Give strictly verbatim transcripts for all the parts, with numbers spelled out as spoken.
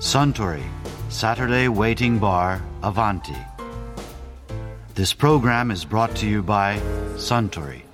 Suntory Saturday Waiting Bar Avanti. This program is brought to you by Suntory.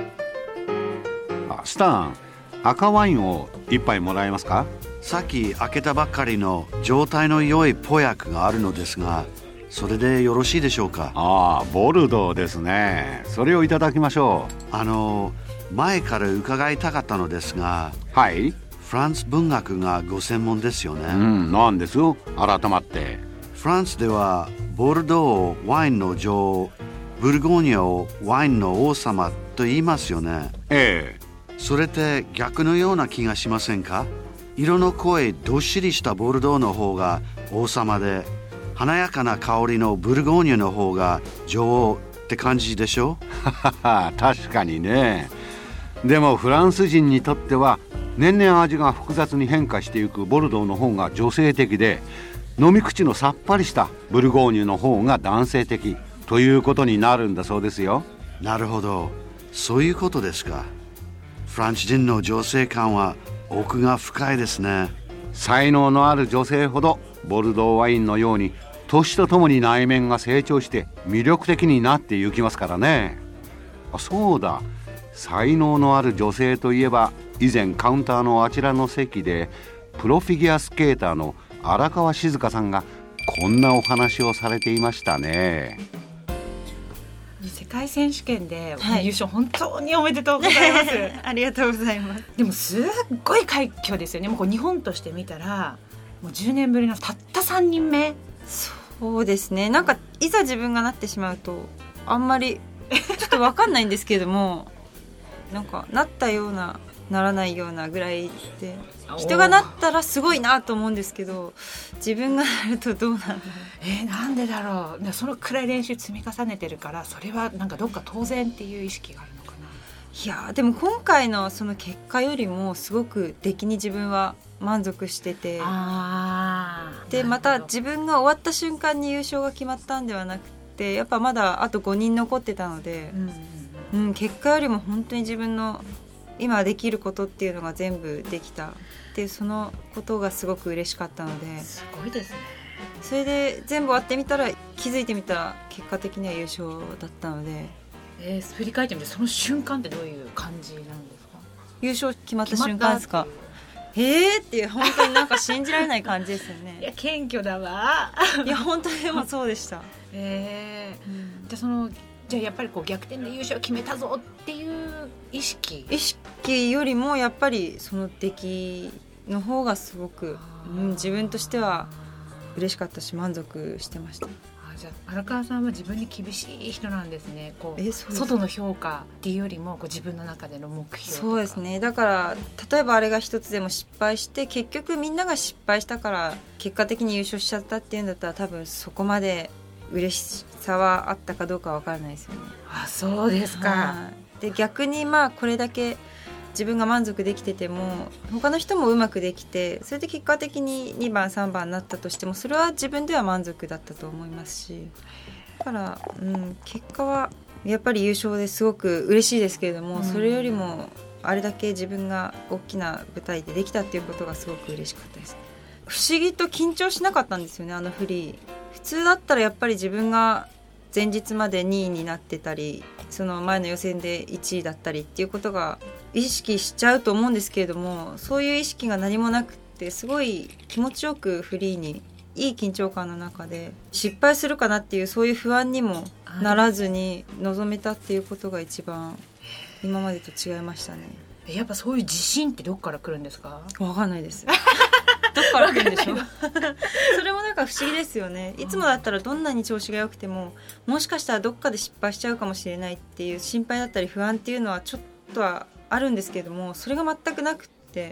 あ、スタン、赤ワインを一杯もらえますか？ さっき開けたばっかりの状態の良いポヤクがあるのですが、それでよろしいでしょうか？ ああ、ボルドーですね。それをいただきましょう。あの前から伺いたかったのですが。 はい。 フランス文学がご専門ですよね。 うん、なんですよ、改まって。 フランスではボルドーをワインの女王、ブルゴーニュをワインの王様と言いますよね。 ええ。 それって逆のような気がしませんか？色の濃いどっしりしたボルドーの方が王様で、華やかな香りのブルゴーニュの方が女王って感じでしょ？ 確かにね。でもフランス人にとっては年々味が複雑に変化していくボルドーの方が女性的で、飲み口のさっぱりしたブルゴーニュの方が男性的ということになるんだそうですよ。 なるほど、そういうことですか。フランス人の女性感は奥が深いですね。 才能のある女性ほどボルドーワインのように年とともに内面が成長して魅力的になっていきますからね。あ、そうだ、才能のある女性といえば、以前カウンターのあちらの席でプロフィギュアスケーターの荒川静香さんがこんなお話をされていましたね。 世界選手権で優勝、はい、本当におめでとうございますありがとうございます。 でもすっごい快挙ですよね。もうこう日本として見たらもうじゅうねんぶりのたったさんにんめ。 そうですね、なんかいざ自分がなってしまうとあんまりちょっと分かんないんですけれどもなんかなったようなならないようなぐらいで、人がなったらすごいなと思うんですけど、自分がなるとどうなんだろう。 えー、なんでだろう。そのくらい練習積み重ねてるから、それはなんかどっか当然っていう意識があるのかな。 いやでも今回のその結果よりもすごく出来に自分は満足してて、 あでまた自分が終わった瞬間に優勝が決まったんではなくて、やっぱまだあとごにん残ってたので、うんうん、結果よりも本当に自分の今できることっていうのが全部できたっていう、そのことがすごく嬉しかったので。 すごいですね。 それで全部終わってみたら、気づいてみたら結果的には優勝だったので、 えー、振り返ってみてその瞬間ってどういう感じなんですか？ 優勝決まった瞬間ですか？えーっていう、本当になんか信じられない感じですよね。 いや謙虚だわいや本当にでもそうでしたえーうん、じゃあそのじゃあやっぱりこう逆転で優勝決めたぞっていう意識意識よりもやっぱりその出来の方がすごく、うん、自分としては嬉しかったし満足してました。あ、 じゃあ荒川さんは自分に厳しい人なんですね。こうえそうです外の評価っていうよりもこう自分の中での目標とか。 そうですね、だから例えばあれが一つでも失敗して結局みんなが失敗したから結果的に優勝しちゃったっていうんだったら、多分そこまで嬉しさはあったかどうかは分からないですよね。 あ、そうですか。 で逆にまあこれだけ自分が満足できてても他の人もうまくできて、それで結果的ににばんさんばんになったとしても、それは自分では満足だったと思いますし、だから、うん、結果はやっぱり優勝ですごく嬉しいですけれども、うん、それよりもあれだけ自分が大きな舞台でできたっていうことがすごく嬉しかったです。不思議と緊張しなかったんですよね、あのフリー。普通だったらやっぱり自分が前日までにいになってたり、その前の予選でいちいだったりっていうことが意識しちゃうと思うんですけれども、そういう意識が何もなくて、すごい気持ちよくフリーにいい緊張感の中で失敗するかなっていうそういう不安にもならずに臨めたっていうことが一番今までと違いましたね。 やっぱそういう自信ってどっから来るんですか？ わかんないですどっから来るんでしょうそれもなんか不思議ですよね。いつもだったらどんなに調子が良くても、もしかしたらどっかで失敗しちゃうかもしれないっていう心配だったり不安っていうのはちょっとはあるんですけども、それが全くなくって、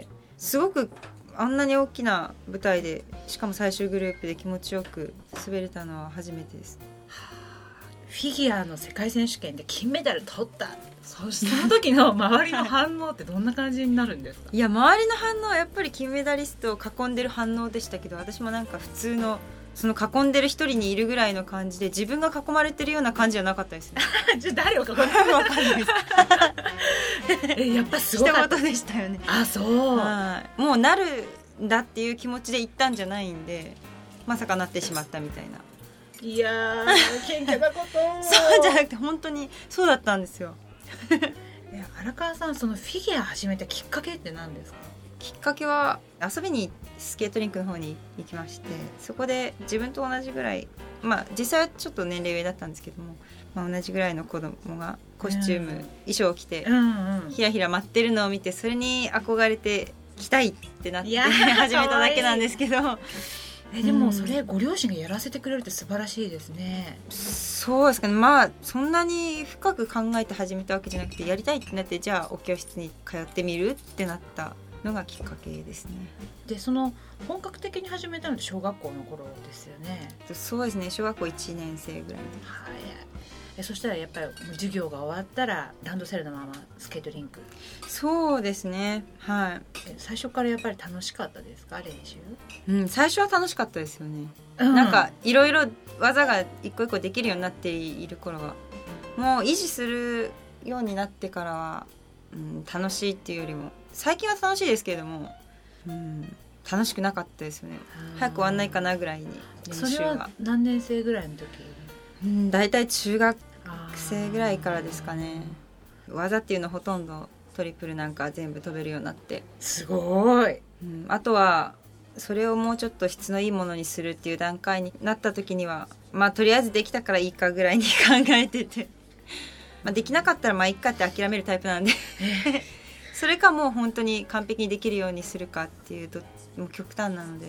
すごくあんなに大きな舞台で、しかも最終グループで気持ちよく滑れたのは初めてです。 フィギュアの世界選手権で金メダル取った、そその時の周りの反応ってどんな感じになるんですか？ いや、周りの反応はやっぱり金メダリストを囲んでる反応でしたけど、私もなんか普通のその囲んでる一人にいるぐらいの感じで、自分が囲まれてるような感じじゃなかったですねじゃあ誰を囲んでるか分かんないですえやっぱすごかった。 一言でしたよね。 あ、そう。 はい、もうなるだっていう気持ちで行ったんじゃないんで、まさかなってしまったみたいな。 いやー謙虚なことそうじゃなくて本当にそうだったんですよ。 いや荒川さん、そのフィギュア始めたきっかけって何ですか？ きっかけは遊びにスケートリンクの方に行きまして、そこで自分と同じぐらい、まあ実際はちょっと年齢上だったんですけども、まあ、同じぐらいの子供がコスチューム、うん、衣装を着て、うんうん、ひらひら舞ってるのを見て、それに憧れて着たいってなって始めただけなんですけどえでもそれご両親がやらせてくれるって素晴らしいですね。 うん、そうですかね。まあそんなに深く考えて始めたわけじゃなくて、やりたいってなって、じゃあお教室に通ってみるってなったのがきっかけですね。 でその本格的に始めたのって小学校の頃ですよね。 そうですね、小学校いちねん生ぐらいで、はい、 えそしたらやっぱり授業が終わったらランドセルのままスケートリンク。 そうですね、はい。 最初からやっぱり楽しかったですか、練習？ うん、最初は楽しかったですよね、うん、なんかいろいろ技が一個一個できるようになっている頃は、もう維持するようになってからは、うん、楽しいっていうよりも、最近は楽しいですけれども、うん、楽しくなかったですよね。早く終わんないかなぐらいに練習が。 それは何年生ぐらいの時？ うん、だいたい中学生ぐらいからですかね。技っていうのほとんどトリプルなんか全部飛べるようになって、 すごい、 うん、あとはそれをもうちょっと質のいいものにするっていう段階になった時には、まあとりあえずできたからいいかぐらいに考えててまあできなかったらまあいいかって諦めるタイプなんでそれかもう本当に完璧にできるようにするかっていうと、もう極端なので、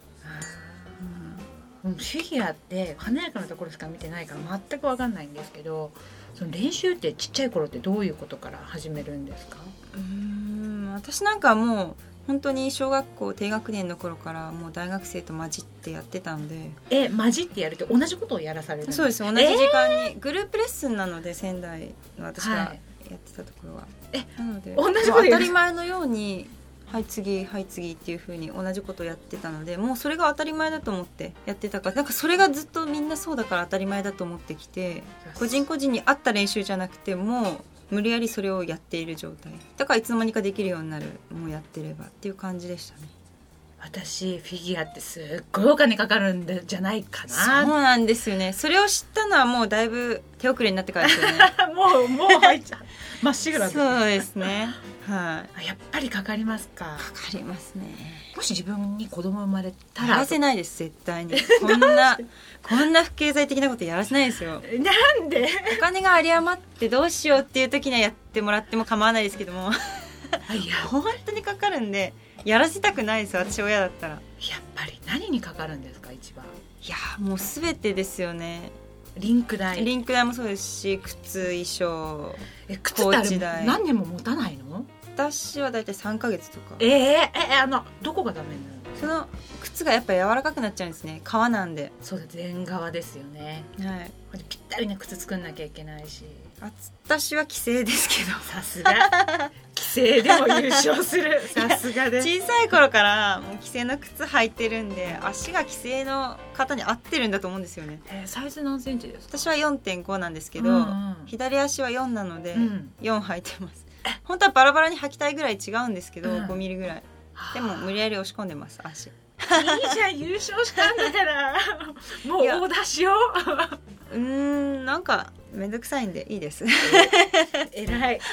うん、フィギュアって華やかなところしか見てないから全く分かんないんですけど、その練習ってちっちゃい頃ってどういうことから始めるんですか？ うーん、私なんかもう本当に小学校低学年の頃からもう大学生と混じってやってたので。 え、混じってやるって同じことをやらされるんですか？ そうです、同じ時間に、えー、グループレッスンなので、仙台の私がやってたところは、はい、えなので同じこと当たり前のようにはい次はい次っていう風に同じことをやってたので、もうそれが当たり前だと思ってやってたから、なんかそれがずっとみんなそうだから当たり前だと思ってきて、個人個人に合った練習じゃなくてもう無理やりそれをやっている状態だから、いつの間にかできるようになる、もうやってればっていう感じでしたね。 私フィギュアってすっごいお金かかるんじゃないかな。 そうなんですよね。それを知ったのはもうだいぶ手遅れになってからですよねもうもう入っちゃうまっしぐらそうですね、はい、 やっぱりかかりますか？ かかりますね。 もし自分に子供生まれたらやらせないです、絶対に。こんなこんな不経済的なことやらせないですよ。 なんで？ お金が有り余ってどうしようっていう時にはやってもらっても構わないですけどもいや本当にかかるんでやらせたくないです、私親だったら。やっぱり何にかかるんですか一番？ いやもう全てですよね。 リンク代リンク代もそうですし、靴、衣装、 え靴ってあれ何年も持たないの？ 私はだいたいさんかげつとか。 えー、えあのどこがダメなの？ その靴がやっぱ柔らかくなっちゃうんですね、革なんで。 そうだ、全革ですよね。はい。ぴったりな靴作んなきゃいけないし。 私は規制ですけど。 さすが規制でも優勝するさすがです。 小さい頃からもう規制の靴履いてるんで、足が規制の方に合ってるんだと思うんですよね。 えー、サイズ何センチですか？ 私は よんてんご なんですけど、うんうん、左足はよんなので、うん、よん履いてます。本当はバラバラに履きたいぐらい違うんですけど、うん、ごミリぐらいでも無理やり押し込んでます、足。いいじゃん、優勝したんだからもう大出しよう。うーん、なんかめんどくさいんでいいですえらい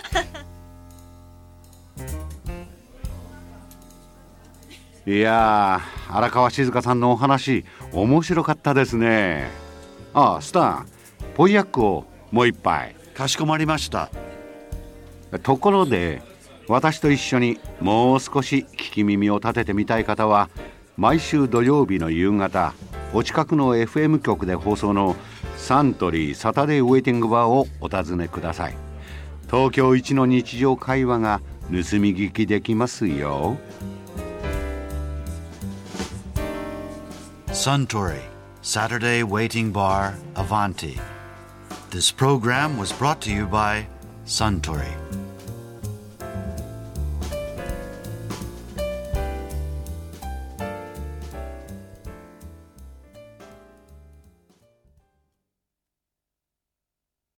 いやー、荒川静香さんのお話面白かったですね。ああ、スタンポイヤックをもう一杯。 かしこまりました。 ところで私と一緒にもう少し聞き耳を立ててみたい方は、毎週土曜日の夕方お近くの エフエム 局で放送のサントリーサタデーウェイティングバーをお尋ねください。東京一の日常会話が盗み聞きできますよ。 Suntory Saturday Waiting Bar Avanti. This program was brought to you by Suntory.